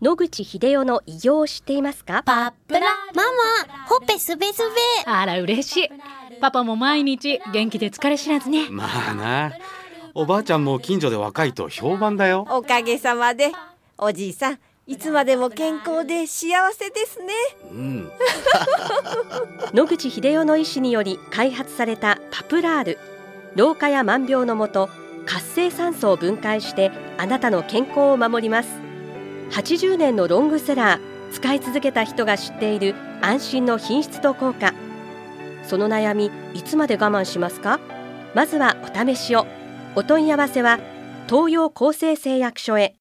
野口英世の偉業を知っていますか？ パプラママ、ほっぺすべすべ。 あら嬉しい。パパも毎日元気で疲れ知らずね。 まあな、おばあちゃんも近所で若いと評判だよ。 おかげさまで。おじいさん、いつまでも健康で幸せですね。 野口英世の医師により開発されたパプラール。老化や万病のもと、活性酸素を分解してあなたの健康を守ります。80年のロングセラー、使い続けた人が知っている安心の品質と効果。その悩み、いつまで我慢しますか？まずはお試しを。お問い合わせは東洋厚生製薬所へ。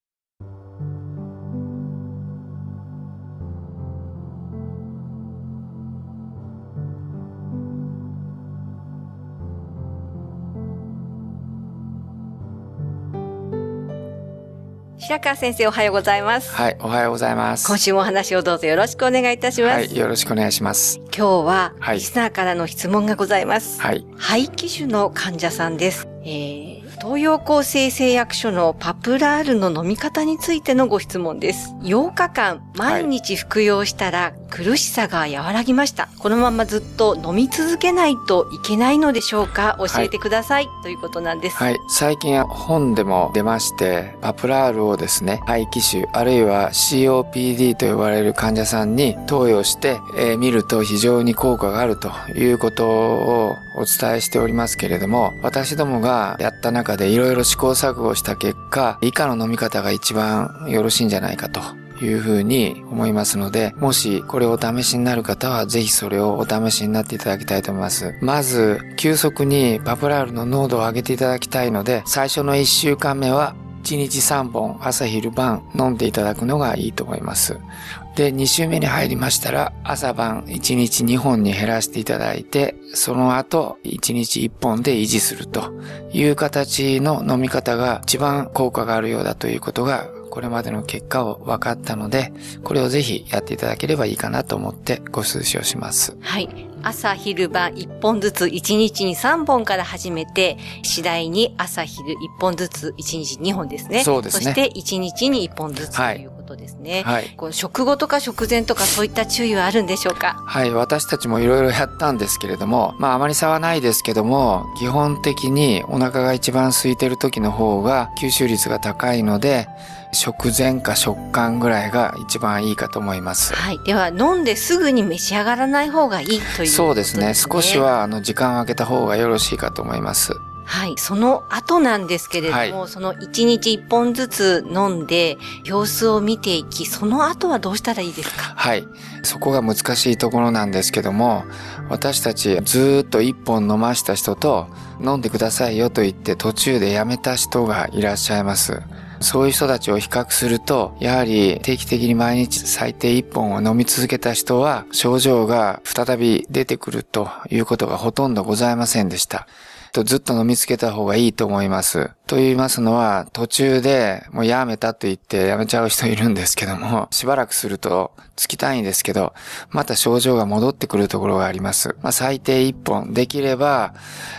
白川先生、おはようございます。 はい、おはようございます。 今週もお話をどうぞよろしくお願いいたします。 はい、よろしくお願いします。 今日は、 はい、 リスナーからの質問がございます。 はい。 肺気腫の患者さんです。東洋厚生製薬所のパプラールの飲み方についてのご質問です。8日間毎日服用したら苦しさが和らぎました。このままずっと飲み続けないといけないのでしょうか？教えてください、ということなんです。 はい。最近本でも出まして、パプラールをですね、肺気腫あるいは COPD と呼ばれる患者さんに投与して、見ると非常に効果があるということをお伝えしておりますけれども、私どもがやった中でいろいろ試行錯誤した結果、以下の飲み方が一番よろしいんじゃないかというふうに思いますので、もしこれをお試しになる方はぜひそれをお試しになっていただきたいと思います。まず急速にパプラールの濃度を上げていただきたいので、最初の1週間目は1日3本朝昼晩飲んでいただくのがいいと思います。で、2週目に入りましたら朝晩1日2本に減らしていただいて、その後1日1本で維持するという形の飲み方が一番効果があるようだということがこれまでの結果を分かったので、これをぜひやっていただければいいかなと思ってご推奨します。 はい。朝昼晩1本ずつ1日に3本から始めて、次第に朝昼1本ずつ1日2本ですね。 そうですね。 そして1日に1本ずつということですね。 はい。 こう食後とか食前とかそういった注意はあるんでしょうか？ はい。私たちもいろいろやったんですけれども、あまり差はないですけども、基本的にお腹が一番空いてる時の方が吸収率が高いので、食前か食間ぐらいが一番いいかと思います。 はい。では飲んですぐに召し上がらない方がいいということですね。 そうですね。少しは時間を空けた方がよろしいかと思います。 はい。その後なんですけれども、その1日1本ずつ飲んで様子を見ていき、その後はどうしたらいいですか？ はい。そこが難しいところなんですけども、私たちずっと1本飲ました人と飲んでくださいよと言って途中でやめた人がいらっしゃいます。そういう人たちを比較すると、やはり定期的に毎日最低1本を飲み続けた人は症状が再び出てくるということがほとんどございませんでした。ずっと飲みつけた方がいいと思います。と言いますのは、途中でもうやめたと言ってやめちゃう人いるんですけども、しばらくするとつきたいんですけど、また症状が戻ってくるところがあります。最低1本、できれば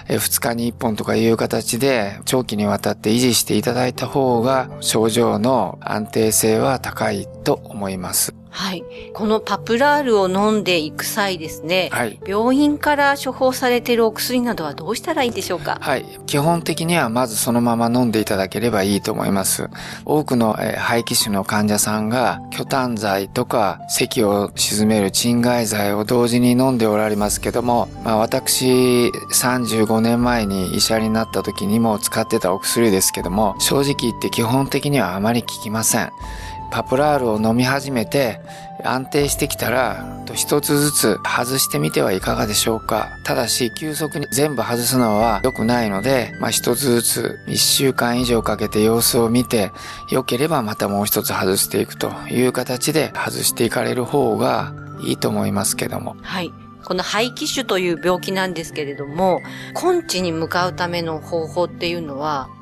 2日に1本とかいう形で長期にわたって維持していただいた方が症状の安定性は高いと思います。 はい。このパプラールを飲んでいく際ですね、 はい、 病院から処方されているお薬などはどうしたらいいでしょうか？ はい。基本的にはまずそのまま飲んでいただければいいと思います。多くの肺気腫の患者さんが去痰剤とか咳を鎮める鎮害剤を同時に飲んでおられますけども、私35年前に医者になった時にも使ってたお薬ですけども、正直言って基本的にはあまり効きません。パプラールを飲み始めて安定してきたら一つずつ外してみてはいかがでしょうか。ただし急速に全部外すのは良くないので、一つずつ1週間以上かけて様子を見て、良ければまたもう一つ外していくという形で外していかれる方がいいと思いますけども。 はい。この肺気腫という病気なんですけれども、根治に向かうための方法っていうのは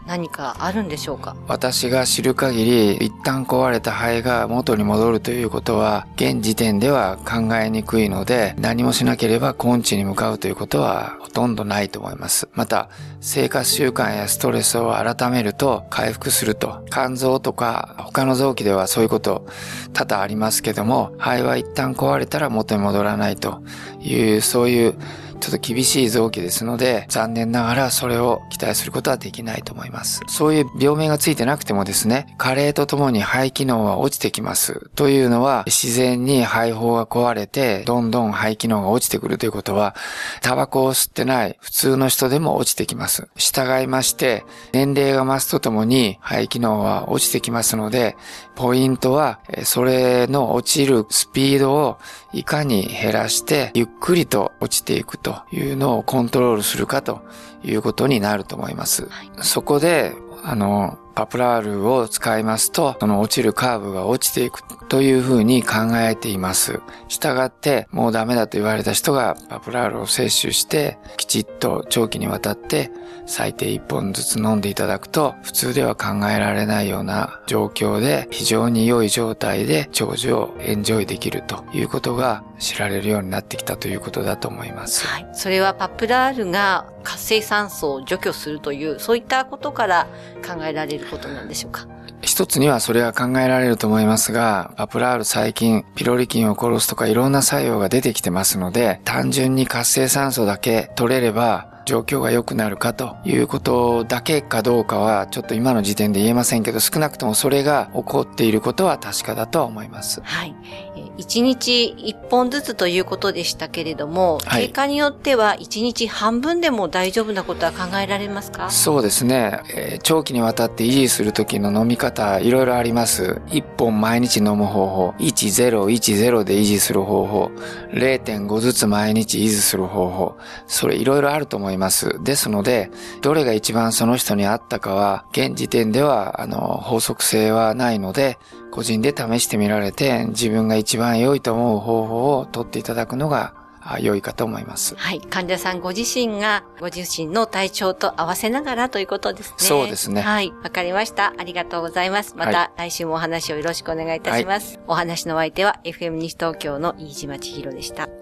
何かあるんでしょうか？ 私が知る限り、一旦壊れた肺が元に戻るということは、現時点では考えにくいので、何もしなければ根治に向かうということはほとんどないと思います。また、生活習慣やストレスを改めると回復すると。肝臓とか他の臓器ではそういうこと多々ありますけども、肺は一旦壊れたら元に戻らないという、そういうちょっと厳しい臓器ですので、残念ながらそれを期待することはできないと思います。そういう病名がついてなくてもですね、加齢とともに肺機能は落ちてきます。というのは、自然に肺胞が壊れて、どんどん肺機能が落ちてくるということは、タバコを吸ってない普通の人でも落ちてきます。従いまして、年齢が増すとともに肺機能は落ちてきますので、ポイントは、それの落ちるスピードをいかに減らして、ゆっくりと落ちていくというのをコントロールするかということになると思います。そこで、パプラールを使いますと、その落ちるカーブが落ちていくというふうに考えています。したがって、もうダメだと言われた人がパプラールを摂取して、きちっと長期にわたって最低1本ずつ飲んでいただくと、普通では考えられないような状況で、非常に良い状態で長寿をエンジョイできるということが知られるようになってきたということだと思います。 はい。それはパプラールが活性酸素を除去するという、そういったことから考えられることなんでしょうか？ 一つにはそれは考えられると思いますが、パプラール最近ピロリ菌を殺すとかいろんな作用が出てきてますので、単純に活性酸素だけ取れれば状況が良くなるかということだけかどうかはちょっと今の時点で言えませんけど、少なくともそれが起こっていることは確かだとは思います。 はい。1日1本ずつということでしたけれども、経過によっては1日半分でも大丈夫なことは考えられますか？ そうですね。長期にわたって維持する時の飲み方いろいろあります。1本毎日飲む方法、1010で維持する方法、0.5 ずつ毎日維持する方法、それいろいろあると思います。ですので、どれが一番その人に合ったかは、現時点では法則性はないので、個人で試してみられて、自分が一番良いと思う方法を取っていただくのが良いかと思います。 はい。患者さんご自身がご自身の体調と合わせながらということですね。 そうですね。 はい。わかりました。ありがとうございます。また来週もお話をよろしくお願いいたします。お話のお相手は FM 西東京の飯島千尋でした。